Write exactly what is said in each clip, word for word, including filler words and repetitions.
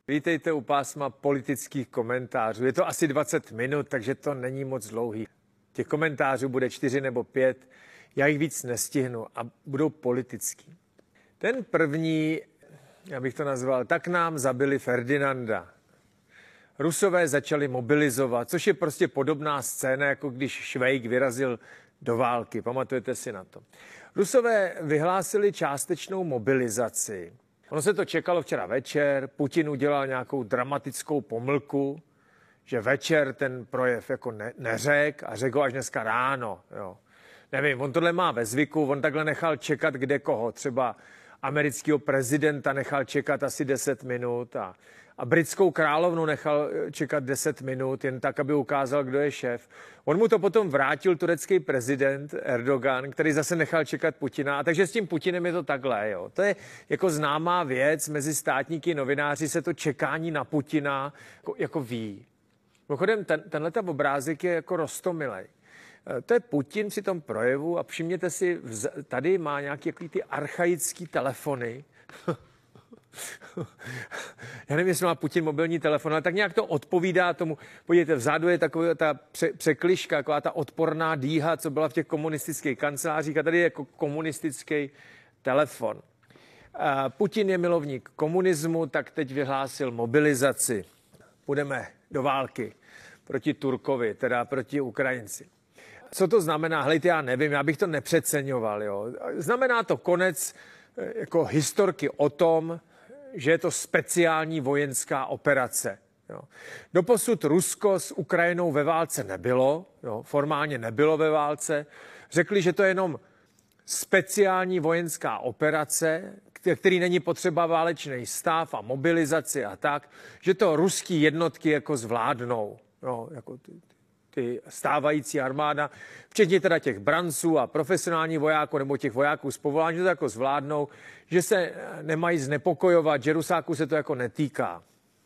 Vítejte u pásma politických komentářů. Je to asi dvacet minut, takže to není moc dlouhý. Těch komentářů bude čtyři nebo pět, já jich víc nestihnu a budou politický. Ten první, já bych to nazval, tak nám zabili Ferdinanda. Rusové začali mobilizovat, což je prostě podobná scéna, jako když Švejk vyrazil do války. Pamatujete si na to. Rusové vyhlásili částečnou mobilizaci. Ono se to čekalo včera večer, Putin udělal nějakou dramatickou pomlku, že večer ten projev jako ne, neřekl a řekl až dneska ráno. Jo. Nevím, on tohle má ve zvyku, on takhle nechal čekat kde koho. Třeba amerického prezidenta nechal čekat asi deset minut a, a britskou královnu nechal čekat deset minut, jen tak, aby ukázal, kdo je šéf. On mu to potom vrátil turecký prezident Erdogan, který zase nechal čekat Putina. A takže s tím Putinem je to takhle. Jo. To je jako známá věc, mezi státníky, novináři se to čekání na Putina jako, jako ví. Mimochodem, ten, tenhle obrázek je jako roztomilej. To je Putin při tom projevu a všimněte si, tady má nějaké ty archaické telefony. Já nevím, jestli má Putin mobilní telefon, ale tak nějak to odpovídá tomu. Podívejte, vzadu je taková ta pře- překližka, taková ta odporná dýha, co byla v těch komunistických kancelářích a tady je jako komunistický telefon. A Putin je milovník komunismu, tak teď vyhlásil mobilizaci. Půjdeme do války proti Turkovi, teda proti Ukrajinci. Co to znamená? Hlejte, já nevím, já bych to nepřeceňoval. Jo. Znamená to konec jako historky o tom, že je to speciální vojenská operace. Jo. Doposud Rusko s Ukrajinou ve válce nebylo, jo, formálně nebylo ve válce. Řekli, že to je jenom speciální vojenská operace, který není potřeba válečný stav a mobilizaci a tak, že to ruský jednotky jako zvládnou. Jo, jako ty, ty stávající armáda, včetně teda těch branců a profesionálních vojáků nebo těch vojáků z povolání, že to jako zvládnou, že se nemají znepokojovat, že Rusáků se to jako netýká.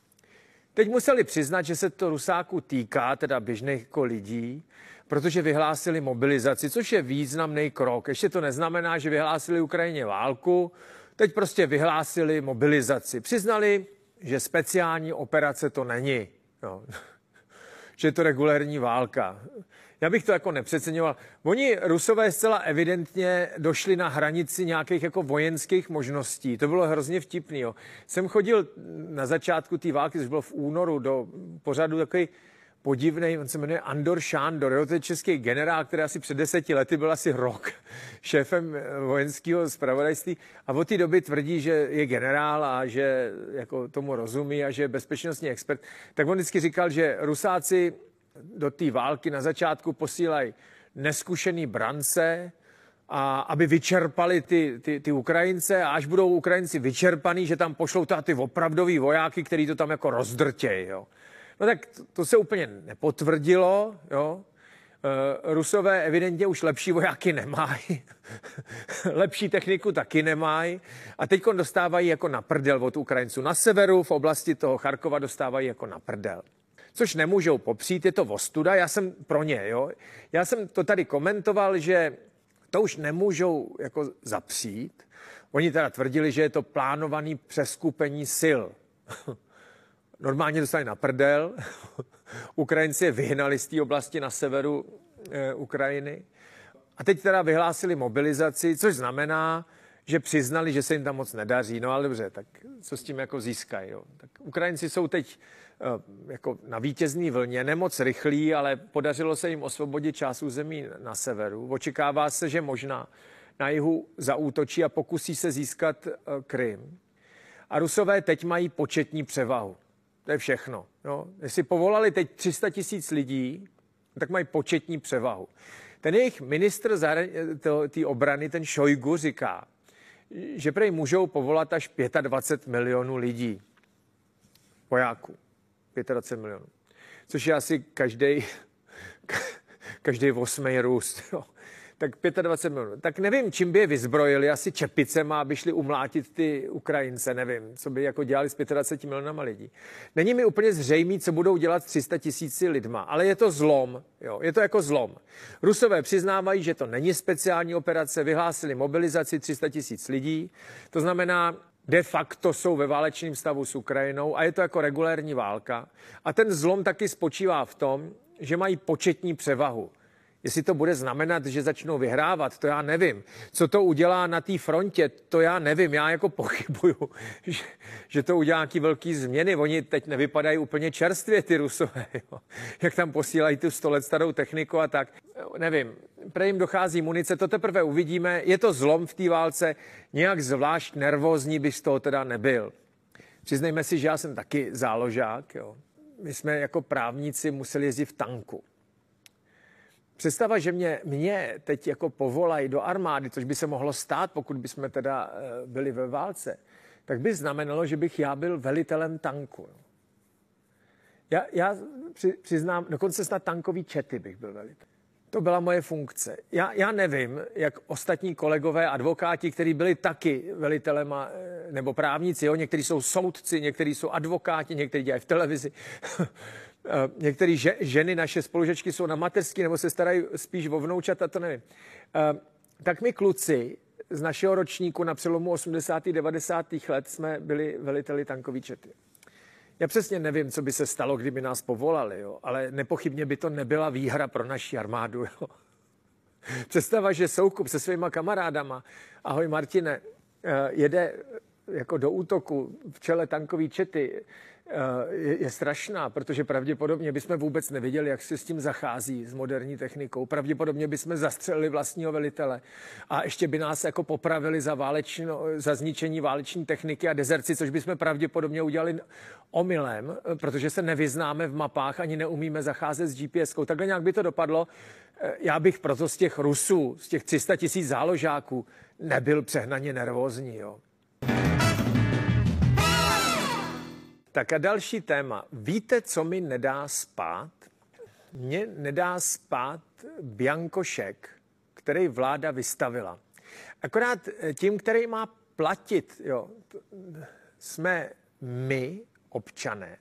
Teď museli přiznat, že se to Rusáků týká, teda běžných jako lidí, protože vyhlásili mobilizaci, což je významný krok. Ještě to neznamená, že vyhlásili Ukrajině válku, teď prostě vyhlásili mobilizaci. Přiznali, že speciální operace to není. Jo. Že je to regulérní válka. Já bych to jako nepřeceňoval. Oni, Rusové, zcela evidentně došli na hranici nějakých jako vojenských možností. To bylo hrozně vtipný. Jo. Jsem chodil na začátku té války, což bylo v únoru, do pořadu takový podivnej, on se jmenuje Andor Šándor, jo, to je český generál, který asi před deseti lety byl asi rok šéfem vojenského zpravodajství a od té doby tvrdí, že je generál a že jako tomu rozumí a že je bezpečnostní expert. Tak on vždycky říkal, že Rusáci do té války na začátku posílají neskušený brance, a aby vyčerpali ty, ty, ty Ukrajince a až budou Ukrajinci vyčerpaný, že tam pošlou ty opravdový vojáky, který to tam jako rozdrtějí, jo. No tak to, to se úplně nepotvrdilo, jo. E, Rusové evidentně už lepší vojáky nemají, lepší techniku taky nemají a teď dostávají jako na prdel od Ukrajinců. Na severu v oblasti toho Charkova dostávají jako na prdel. Což nemůžou popřít, je to ostuda, já jsem pro ně, jo. Já jsem to tady komentoval, že to už nemůžou jako zapřít. Oni teda tvrdili, že je to plánovaný přeskupení sil. Normálně dostali na prdel. Ukrajinci je vyhnali z té oblasti na severu e, Ukrajiny. A teď teda vyhlásili mobilizaci, což znamená, že přiznali, že se jim tam moc nedaří. No ale dobře, tak co s tím jako získají? Jo? Tak Ukrajinci jsou teď e, jako na vítězný vlně, nemoc rychlí, ale podařilo se jim osvobodit část území na severu. Očekává se, že možná na jihu zaútočí a pokusí se získat e, Krym. A Rusové teď mají početní převahu. To je všechno. Jo. Jestli povolali teď tři sta tisíc lidí, tak mají početní převahu. Ten jejich ministr té obrany, ten Šojgu, říká, že prej můžou povolat až dvacet pět milionů lidí. Vojáků. dvacet pět milionů. Což je asi každý každý osmý růst. Jo. Tak dvacet pět milionů. Tak nevím, čím by je vyzbrojili, asi čepicema, aby šli umlátit ty Ukrajince, nevím, co by jako dělali s dvaceti pěti milionama lidí. Není mi úplně zřejmý, co budou dělat s tři sta tisíci lidma, ale je to zlom, jo, je to jako zlom. Rusové přiznávají, že to není speciální operace, vyhlásili mobilizaci tři sta tisíc lidí, to znamená, de facto jsou ve válečném stavu s Ukrajinou a je to jako regulérní válka. A ten zlom taky spočívá v tom, že mají početní převahu. Jestli to bude znamenat, že začnou vyhrávat, to já nevím. Co to udělá na té frontě, to já nevím. Já jako pochybuju, že, že to udělá nějaký velký změny. Oni teď nevypadají úplně čerstvě, ty Rusové. Jo. Jak tam posílají tu sto let starou techniku a tak. Nevím, prej jim dochází munice, to teprve uvidíme. Je to zlom v té válce, nějak zvlášť nervózní bych z toho teda nebyl. Přiznejme si, že já jsem taky záložák. Jo. My jsme jako právníci museli jezdit v tanku. Představa, že mě, mě teď jako povolají do armády, což by se mohlo stát, pokud bychom teda byli ve válce, tak by znamenalo, že bych já byl velitelem tanku. Já, já při, přiznám, dokonce snad tankový čety bych byl velitel. To byla moje funkce. Já, já nevím, jak ostatní kolegové advokáti, kteří byli taky velitelem a, nebo právníci, jo? Někteří jsou soudci, někteří jsou advokáti, někteří dělají v televizi. Některé ženy, naše spolužečky, jsou na mateřský nebo se starají spíš o vnoučata, to nevím. Tak my kluci z našeho ročníku na přelomu osmdesátých devadesátých let jsme byli veliteli tankové čety. Já přesně nevím, co by se stalo, kdyby nás povolali, jo? Ale nepochybně by to nebyla výhra pro naši armádu. Jo? Představa, že Soukup se svýma kamarádama, ahoj Martine, jede jako do útoku v čele tankové čety, Je, je strašná, protože pravděpodobně bychom vůbec nevěděli, jak se s tím zachází s moderní technikou. Pravděpodobně bychom zastřelili vlastního velitele a ještě by nás jako popravili za, válečno, za zničení váleční techniky a dezerci, což bychom pravděpodobně udělali omylem, protože se nevyznáme v mapách, ani neumíme zacházet s G P S kou. Takhle nějak by to dopadlo. Já bych proto z těch Rusů, z těch tři sta tisíc záložáků nebyl přehnaně nervózní, jo. Tak a další téma. Víte, co mi nedá spát? Mně nedá spát biankošek, který vláda vystavila. Akorát tím, který má platit, jo, jsme my, občané,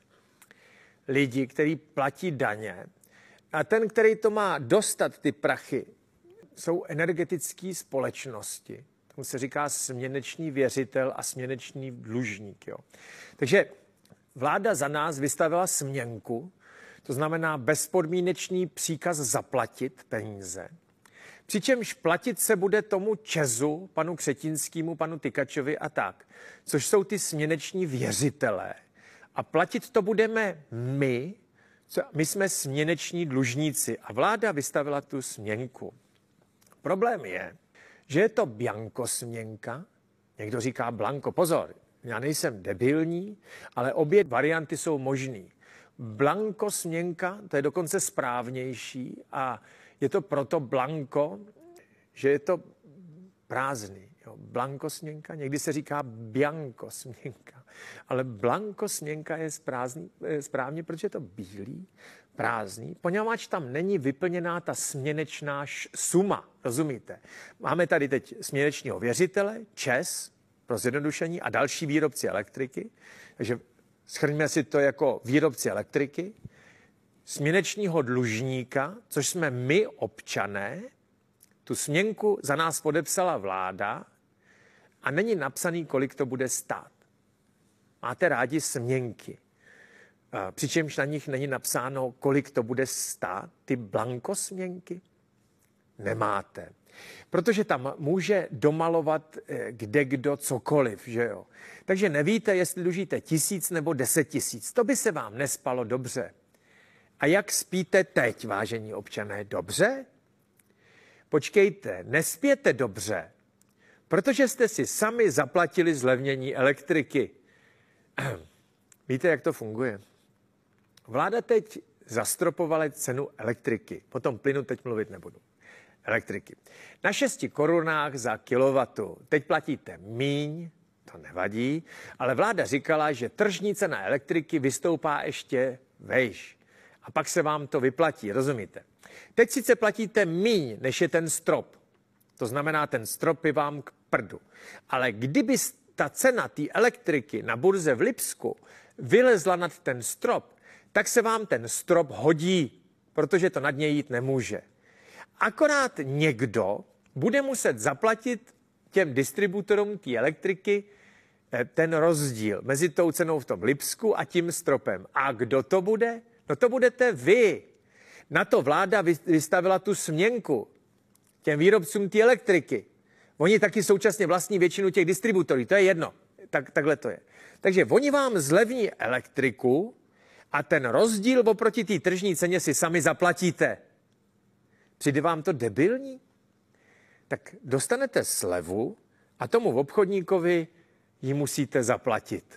lidi, kteří platí daně, a ten, který to má dostat, ty prachy, jsou energetické společnosti. Tomu se říká směnečný věřitel a směnečný dlužník. Jo. Takže vláda za nás vystavila směnku, to znamená bezpodmínečný příkaz zaplatit peníze. Přičemž platit se bude tomu Česu, panu Křetinskému, panu Tykačovi a tak, což jsou ty směneční věřitelé. A platit to budeme my, co, my jsme směneční dlužníci a vláda vystavila tu směnku. Problém je, že je to bianko směnka, někdo říká blanko, pozor, já nejsem debilní, ale obě varianty jsou možný. Blanko směnka, to je dokonce správnější a je to proto blanko, že je to prázdný. Jo. Blanko směnka, někdy se říká bianko směnka, ale blanko směnka je správný, správně, protože je to bílý, prázdný, poněvadž tam není vyplněná ta směnečná suma, rozumíte? Máme tady teď směnečního věřitele, ČEZ, pro zjednodušení, a další výrobci elektriky, takže shrňme si to jako výrobci elektriky, směnečního dlužníka, což jsme my, občané, tu směnku za nás podepsala vláda a není napsaný, kolik to bude stát. Máte rádi směnky, přičemž na nich není napsáno, kolik to bude stát, ty blanko směnky? Nemáte. Protože tam může domalovat kde kdo cokoliv, že jo. Takže nevíte, jestli dlužíte tisíc nebo deset tisíc. To by se vám nespalo dobře. A jak spíte teď, vážení občané, dobře? Počkejte, nespěte dobře, protože jste si sami zaplatili zlevnění elektriky. Víte, jak to funguje? Vláda teď zastropovala cenu elektriky. Potom plynu teď mluvit nebudu. Elektriky. Na šesti korunách za kilowattu. Teď platíte míň, to nevadí, ale vláda říkala, že tržní cena elektriky vystoupá ještě vejš. A pak se vám to vyplatí, rozumíte? Teď sice platíte míň, než je ten strop. To znamená, ten strop je vám k prdu. Ale kdyby ta cena té elektriky na burze v Lipsku vylezla nad ten strop, tak se vám ten strop hodí, protože to nad něj jít nemůže. Akorát někdo bude muset zaplatit těm distributorům té elektriky ten rozdíl mezi tou cenou v tom Lipsku a tím stropem. A kdo to bude? No to budete vy. Na to vláda vystavila tu směnku těm výrobcům té elektriky. Oni taky současně vlastní většinu těch distributorů. To je jedno. Tak, takhle to je. Takže oni vám zlevní elektriku a ten rozdíl oproti té tržní ceně si sami zaplatíte. Přijde vám to debilní? Tak dostanete slevu a tomu obchodníkovi ji musíte zaplatit.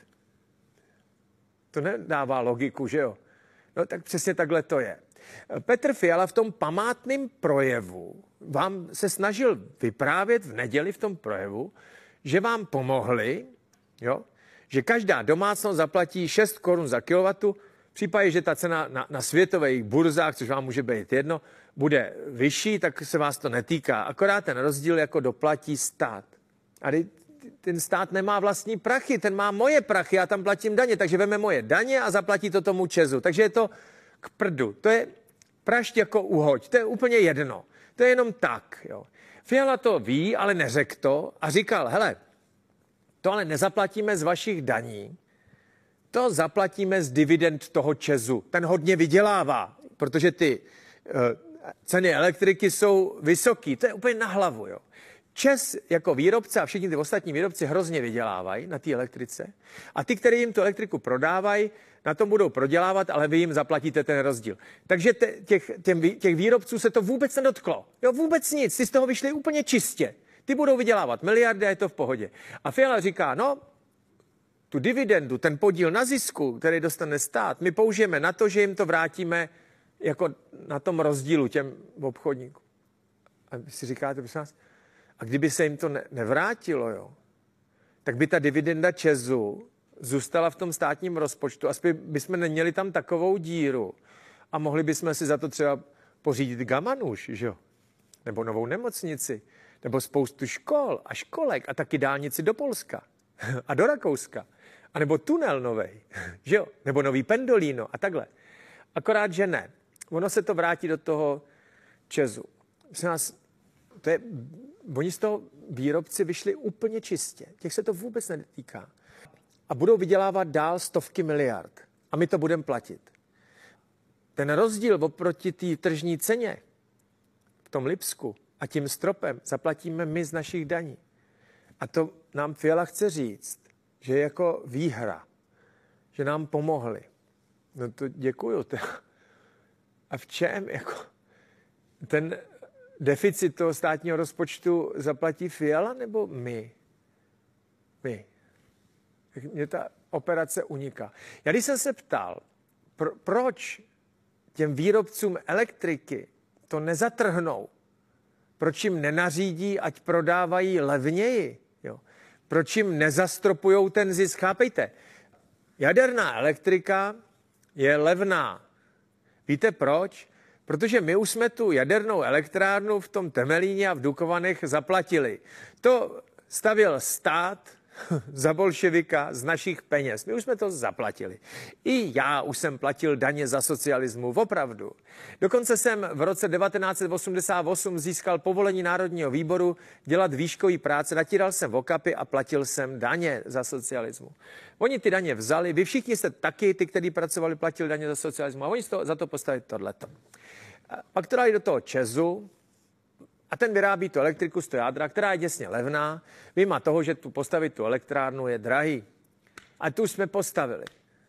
To nedává logiku, že jo? No tak přesně takhle to je. Petr Fiala v tom památném projevu vám se snažil vyprávět v neděli v tom projevu, že vám pomohli, jo? Že každá domácnost zaplatí šest korun za kilowattu, v případě, že ta cena na, na světových burzách, což vám může být jedno, bude vyšší, tak se vás to netýká. Akorát ten rozdíl jako doplatí stát. A ten stát nemá vlastní prachy, ten má moje prachy, já tam platím daně, takže veme moje daně a zaplatí to tomu Česu. Takže je to k prdu. To je prašť jako uhoď. To je úplně jedno. To je jenom tak. Jo. Fiala to ví, ale neřekl to a říkal, hele, to ale nezaplatíme z vašich daní, to zaplatíme z dividend toho Česu. Ten hodně vydělává, protože ty uh, ceny elektriky jsou vysoký. To je úplně na hlavu. Jo. Čes jako výrobce a všichni ty ostatní výrobci hrozně vydělávají na té elektrice a ty, kteří jim tu elektriku prodávají, na tom budou prodělávat, ale vy jim zaplatíte ten rozdíl. Takže te, těch, těm, těch výrobců se to vůbec nedotklo. Jo, vůbec nic. Ty z toho vyšli úplně čistě. Ty budou vydělávat miliardy a je to v pohodě. A Fiala říká, no, tu dividendu, ten podíl na zisku, který dostane stát, my použijeme na to, že jim to vrátíme jako na tom rozdílu těm obchodníkům. A vy si říkáte, prosím vás, a kdyby se jim to ne- nevrátilo, jo, tak by ta dividenda Česu zůstala v tom státním rozpočtu. Aspoň bychom neměli tam takovou díru a mohli bychom si za to třeba pořídit Gamanuš, že jo? Nebo novou nemocnici, nebo spoustu škol a školek a taky dálnici do Polska a do Rakouska. A nebo tunel novej, že jo? Nebo nový Pendolino a takhle. Akorát, že ne. Ono se to vrátí do toho Česu. Nás, to je, oni z toho výrobci vyšli úplně čistě. Těch se to vůbec netýká. A budou vydělávat dál stovky miliard. A my to budeme platit. Ten rozdíl oproti té tržní ceně v tom Lipsku a tím stropem zaplatíme my z našich daní. A to nám Fiala chce říct, že je jako výhra, že nám pomohli. No to děkuju. A v čem jako ten deficit toho státního rozpočtu zaplatí Fiala nebo my? My. Mně ta operace uniká. Já když jsem se ptal, pro, proč těm výrobcům elektriky to nezatrhnou, proč jim nenařídí, ať prodávají levněji, jo? Proč jim nezastropujou ten zisk, chápejte? Jaderná elektrika je levná. Víte proč? Protože my už jsme tu jadernou elektrárnu v tom Temelíně a v Dukovanech zaplatili. To stavěl stát za bolševika z našich peněz. My už jsme to zaplatili. I já už jsem platil daně za socialismu, opravdu. Dokonce jsem v roce devatenáct set osmdesát osm získal povolení Národního výboru dělat výškový práce, natíral jsem okapy a platil jsem daně za socialismu. Oni ty daně vzali, vy všichni jste taky, ty, kteří pracovali, platili daně za socialismu a oni za to postavili tohleto. Pak to dali do toho Česu, a ten vyrábí tu elektriku z toho jádra, která je děsně levná, vyjma toho, že tu postavit tu elektrárnu je drahý. A tu jsme postavili.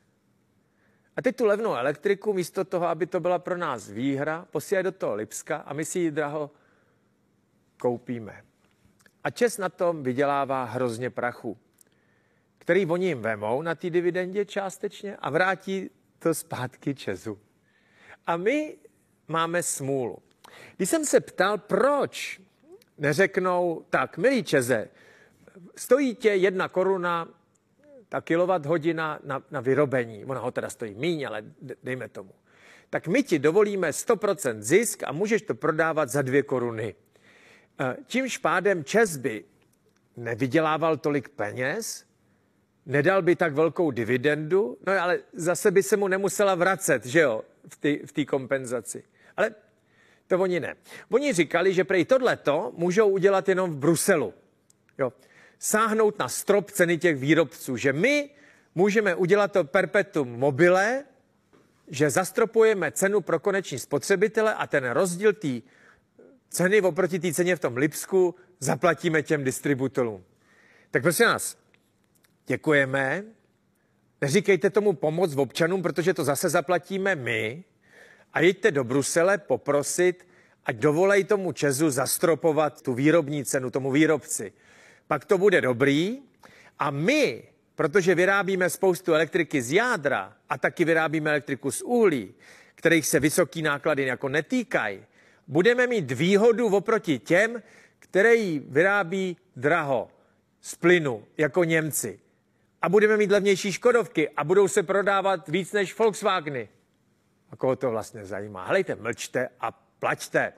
A teď tu levnou elektriku, místo toho, aby to byla pro nás výhra, posílají do toho Lipska a my si ji draho koupíme. A Čes na tom vydělává hrozně prachu, který oni jim vemou na té dividendě částečně a vrátí to zpátky Česu. A my máme smůlu. Když jsem se ptal, proč neřeknou, tak, milý Čese, stojí tě jedna koruna, ta kilowatthodina na, na vyrobení, ona ho teda stojí míň, ale dejme tomu. Tak my ti dovolíme sto procent zisk a můžeš to prodávat za dvě koruny. Čímž pádem Čes by nevydělával tolik peněz, nedal by tak velkou dividendu, no ale zase by se mu nemusela vracet, že jo, v té kompenzaci. Ale to oni ne. Oni říkali, že prej tohleto můžou udělat jenom v Bruselu. Jo. sáhnout na strop ceny těch výrobců, že my můžeme udělat to perpetuum mobile, že zastropujeme cenu pro koneční spotřebitele a ten rozdíl té ceny oproti té ceně v tom Lipsku zaplatíme těm distributorům. Tak prosím nás, děkujeme. Neříkejte tomu pomoc v občanům, protože to zase zaplatíme my. A jeďte do Brusele poprosit, ať dovolej tomu ČEZu zastropovat tu výrobní cenu, tomu výrobci. Pak to bude dobrý a my, protože vyrábíme spoustu elektriky z jádra a taky vyrábíme elektriku z uhlí, kterých se vysoký náklady jako netýkají, budeme mít výhodu oproti těm, který vyrábí draho z plynu, jako Němci. A budeme mít levnější Škodovky a budou se prodávat víc než Volkswageny. A koho to vlastně zajímá? Helejte, mlčte a plaťte.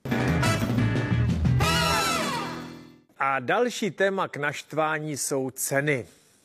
A další téma k naštvání jsou ceny.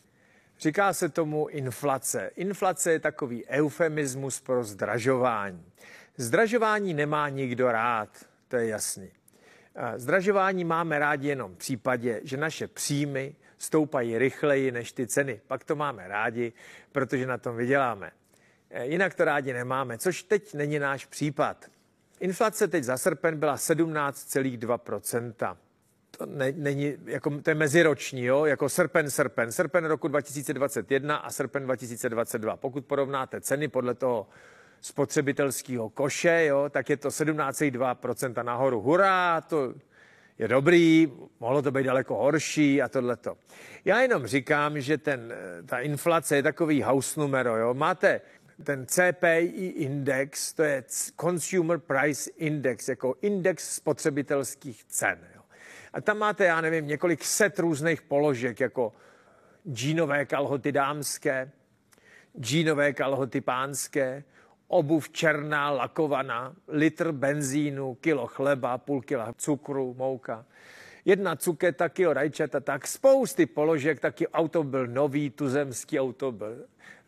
Říká se tomu inflace. Inflace je takový eufemismus pro zdražování. Zdražování nemá nikdo rád, to je jasný. Zdražování máme rádi jenom v případě, že naše příjmy stoupají rychleji než ty ceny. Pak to máme rádi, protože na tom vyděláme. Jinak to rádi nemáme, což teď není náš případ. Inflace teď za srpen byla sedmnáct celá dva procenta. To, ne, není, jako, to je meziroční, jo? Jako srpen, srpen. Srpen roku dva tisíce dvacet jedna a srpen dva tisíce dvacet dva. Pokud porovnáte ceny podle toho spotřebitelského koše, jo, tak je to sedmnáct celá dva procenta nahoru. Hurá, to je dobrý, mohlo to být daleko horší a tohleto. Já jenom říkám, že ten, ta inflace je takový house numero. Jo. Máte ten C P I index, to je Consumer Price Index, jako index spotřebitelských cen. Jo. A tam máte, já nevím, několik set různých položek, jako džínové kalhoty dámské, džínové kalhoty pánské, obuv černá, lakovaná, litr benzínu, kilo chleba, půl kila cukru, mouka, jedna cuketa, kilo rajčata, tak spousty položek, taky automobil nový, tuzemský automobil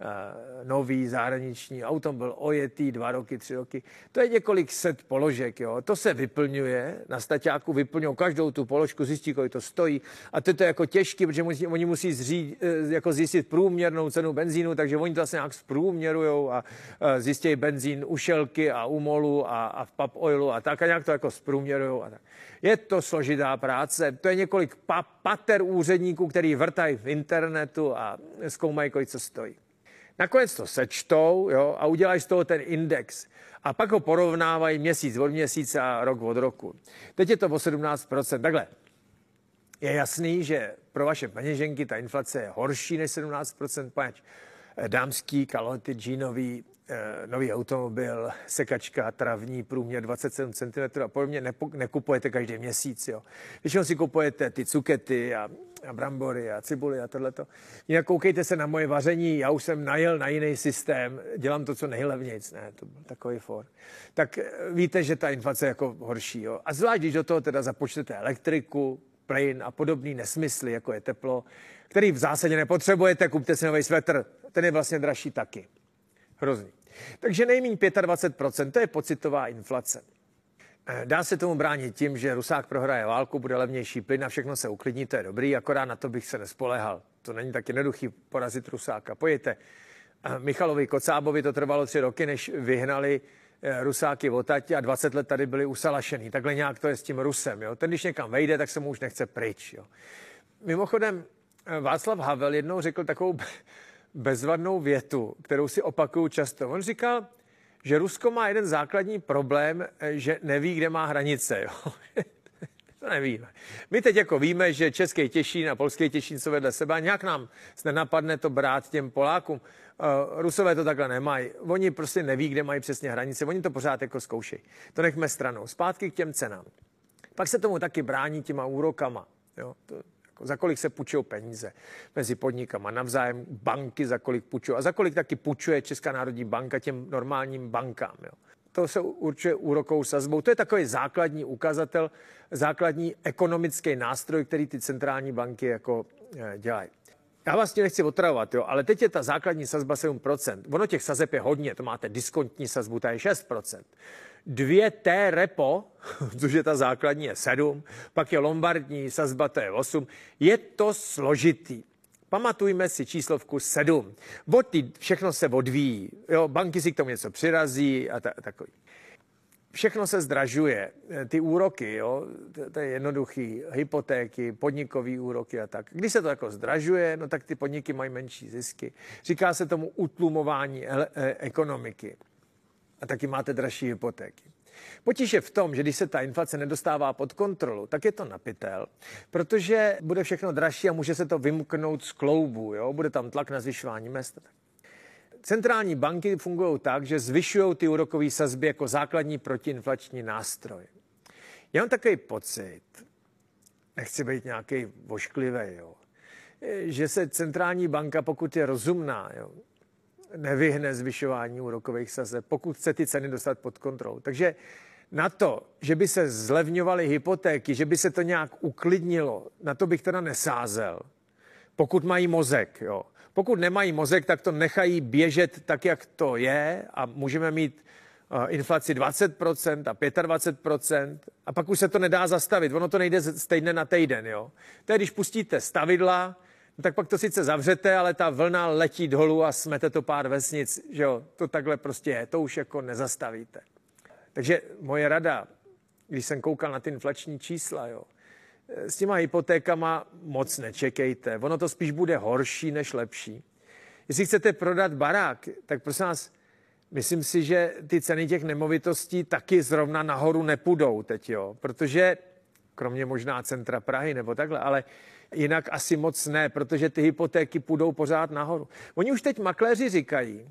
uh, nový, zahraniční, automobil ojetý, dva roky, tři roky. To je několik set položek, jo. To se vyplňuje, na staťáku vyplňují každou tu položku, zjistí, kolik to stojí. A to je to jako těžké, protože musí, oni musí zří, jako zjistit průměrnou cenu benzínu, takže oni to vlastně nějak zprůměrujou a uh, zjistějí benzín u Shellky a u Molu a, a v Pub Oilu a tak a nějak to jako zprůměrujou. A tak. Je to složitá práce, to je několik pa- pater úředníků, který vrtají v internetu a zkoumají, kolik co stojí. Nakonec to sečtou, jo, a udělají z toho ten index. A pak ho porovnávají měsíc od měsíce a rok od roku. Teď je to o sedmnáct procent. Takhle, je jasný, že pro vaše peněženky ta inflace je horší než sedmnáct procent, pač dámský, kalhoty, džínový, nový automobil, sekačka, travní, průměr dvacet sedm centimetrů a podobně nekupujete každý měsíc. Jo. Většinou si kupujete ty cukety a, a brambory a cibuly a tohleto. Jinak koukejte se na moje vaření, já už jsem najel na jiný systém, dělám to, co nejlevnějc, ne, to byl takový for. Tak víte, že ta inflace je jako horší. Jo. A zvlášť, když do toho teda započtete elektriku, plyn a podobný nesmysly, jako je teplo, který v zásadě nepotřebujete, kupte si nový svetr, ten je vlastně dražší taky. Hrozný. Takže nejméně dvacet pět procent, to je pocitová inflace. Dá se tomu bránit tím, že Rusák prohraje válku, bude levnější plyn a všechno se uklidní, to je dobrý, akorát na to bych se nespolehal. To není tak jednoduchý porazit Rusáka. Pojďte, Michalovi Kocábovi to trvalo tři roky, než vyhnali Rusáky odtať a dvacet let tady byli usalašený. Takhle nějak to je s tím Rusem. Jo? Ten, když někam vejde, tak se mu už nechce pryč. Jo? Mimochodem, Václav Havel jednou řekl takovou bezvadnou větu, kterou si opakuju často. On říkal, že Rusko má jeden základní problém, že neví, kde má hranice. Jo? To nevíme. My teď jako víme, že Český Těšín a Polský Těšín jsou vedle sebe a nějak nám nenapadne to brát těm Polákům. Uh, Rusové to takhle nemají. Oni prostě neví, kde mají přesně hranice. Oni to pořád jako zkoušejí. To nechme stranou. Zpátky k těm cenám. Pak se tomu taky brání těma úrokama. Jo? To, jako, za kolik se půjčují peníze mezi podnikama navzájem, banky za kolik půjčují a za kolik taky půjčuje Česká národní banka těm normálním bankám. Jo? To se určuje úrokovou sazbou. To je takový základní ukazatel, základní ekonomický nástroj, který ty centrální banky jako dělají. Já vás tím nechci otravovat, jo, ale teď je ta základní sazba sedm procent. Ono těch sazeb je hodně, to máte diskontní sazbu, ta je šest procent. dvě té repo, což je ta základní, je sedm, pak je lombardní sazba, to je osm. Je to složitý. Pamatujme si číslovku sedm. Boty, všechno se odvíjí. Jo, banky si k tomu něco přirazí a ta, takový. Všechno se zdražuje. Ty úroky, jo, to, to je jednoduchý. Hypotéky, podnikový úroky a tak. Když se to jako zdražuje, no tak ty podniky mají menší zisky. Říká se tomu utlumování e- e- ekonomiky. A taky máte dražší hypotéky. Potíž je v tom, že když se ta inflace nedostává pod kontrolu, tak je to napitel, protože bude všechno dražší a může se to vymknout z kloubu, jo? Bude tam tlak na zvyšování mezd. Centrální banky fungují tak, že zvyšují ty úrokové sazby jako základní protiinflační nástroj. Já mám takový pocit, nechci být nějaký vošklivý, jo? Že se centrální banka, pokud je rozumná, jo, nevyhne zvyšování úrokových sazeb, pokud chce ty ceny dostat pod kontrolu. Takže na to, že by se zlevňovaly hypotéky, že by se to nějak uklidnilo, na to bych teda nesázel. Pokud mají mozek, jo. Pokud nemají mozek, tak to nechají běžet tak, jak to je a můžeme mít uh, inflaci dvacet procent a dvacet pět procent a pak už se to nedá zastavit. Ono to nejde z týdne na týden, jo. To je, když pustíte stavidla, no tak pak to sice zavřete, ale ta vlna letí dolů a smete to pár vesnic, že jo, to takhle prostě je, to už jako nezastavíte. Takže moje rada, když jsem koukal na ty inflační čísla, jo, s těma hypotékama moc nečekejte, ono to spíš bude horší než lepší. Jestli chcete prodat barák, tak prosím vás, myslím si, že ty ceny těch nemovitostí taky zrovna nahoru nepůjdou teď, jo, protože kromě možná centra Prahy nebo takhle, ale jinak asi moc ne, protože ty hypotéky půjdou pořád nahoru. Oni už teď makléři říkají,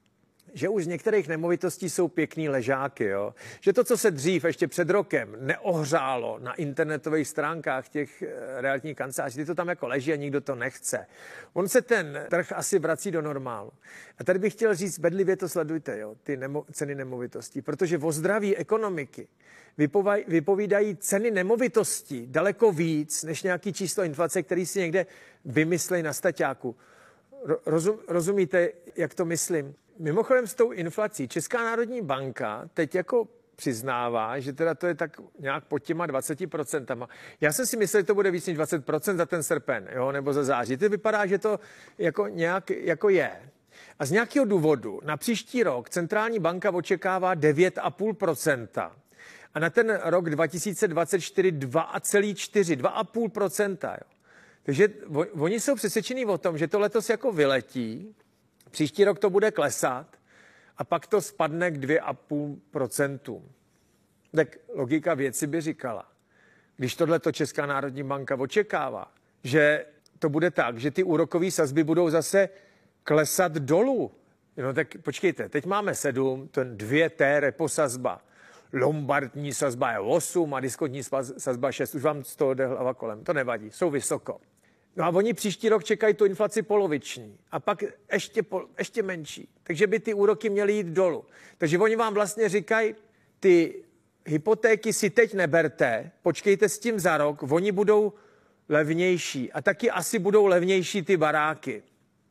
že už z některých nemovitostí jsou pěkný ležáky, jo? Že to, co se dřív ještě před rokem neohřálo na internetových stránkách těch realitních kanceláří, ty to tam jako leží a nikdo to nechce. On se ten trh asi vrací do normálu. A tady bych chtěl říct, bedlivě to sledujte, jo? Ty nemo, ceny nemovitostí, protože o zdraví ekonomiky vypovaj, vypovídají ceny nemovitostí daleko víc, než nějaký číslo inflace, který si někde vymyslej na staťáku. Rozum, rozumíte, jak to myslím? Mimochodem s tou inflací Česká národní banka teď jako přiznává, že teda to je tak nějak pod těma dvaceti procentama. Já jsem si myslel, že to bude víc než dvacet procent za ten srpen, jo, nebo za září. To vypadá, že to jako nějak jako je. A z nějakého důvodu na příští rok centrální banka očekává devět celá pět procenta. A na ten rok dva tisíce dvacet čtyři dva celá čtyři, dva celá pět procenta. Jo. Takže oni jsou přesvědčení o tom, že to letos jako vyletí, příští rok to bude klesat a pak to spadne k dvě celá pět procenta. Tak logika věci by říkala, když tohleto Česká národní banka očekává, že to bude tak, že ty úrokové sazby budou zase klesat dolů. No tak počkejte, teď máme sedm, ten dvě té repo sazba. Lombardní sazba je osm a diskontní sazba šest. Už vám z toho jde hlava kolem. To nevadí, jsou vysoko. No a oni příští rok čekají tu inflaci poloviční a pak ještě, ještě menší. Takže by ty úroky měly jít dolů. Takže oni vám vlastně říkají, ty hypotéky si teď neberte, počkejte s tím za rok, oni budou levnější a taky asi budou levnější ty baráky.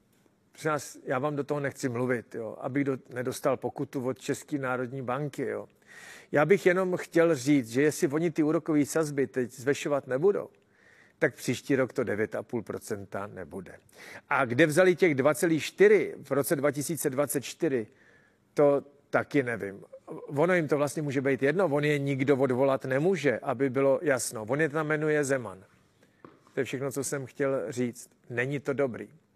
Nás, já vám do toho nechci mluvit, jo, abych do, nedostal pokutu od České národní banky. Jo. Já bych jenom chtěl říct, že jestli oni ty úrokové sazby teď zvyšovat nebudou, tak příští rok to devět celá pět procenta nebude. A kde vzali těch dva celá čtyři v roce dva tisíce dvacet čtyři, to taky nevím. Ono jim to vlastně může být jedno, on je nikdo odvolat nemůže, aby bylo jasno. On je tam jmenuje Zeman. To je všechno, co jsem chtěl říct. Není to dobrý.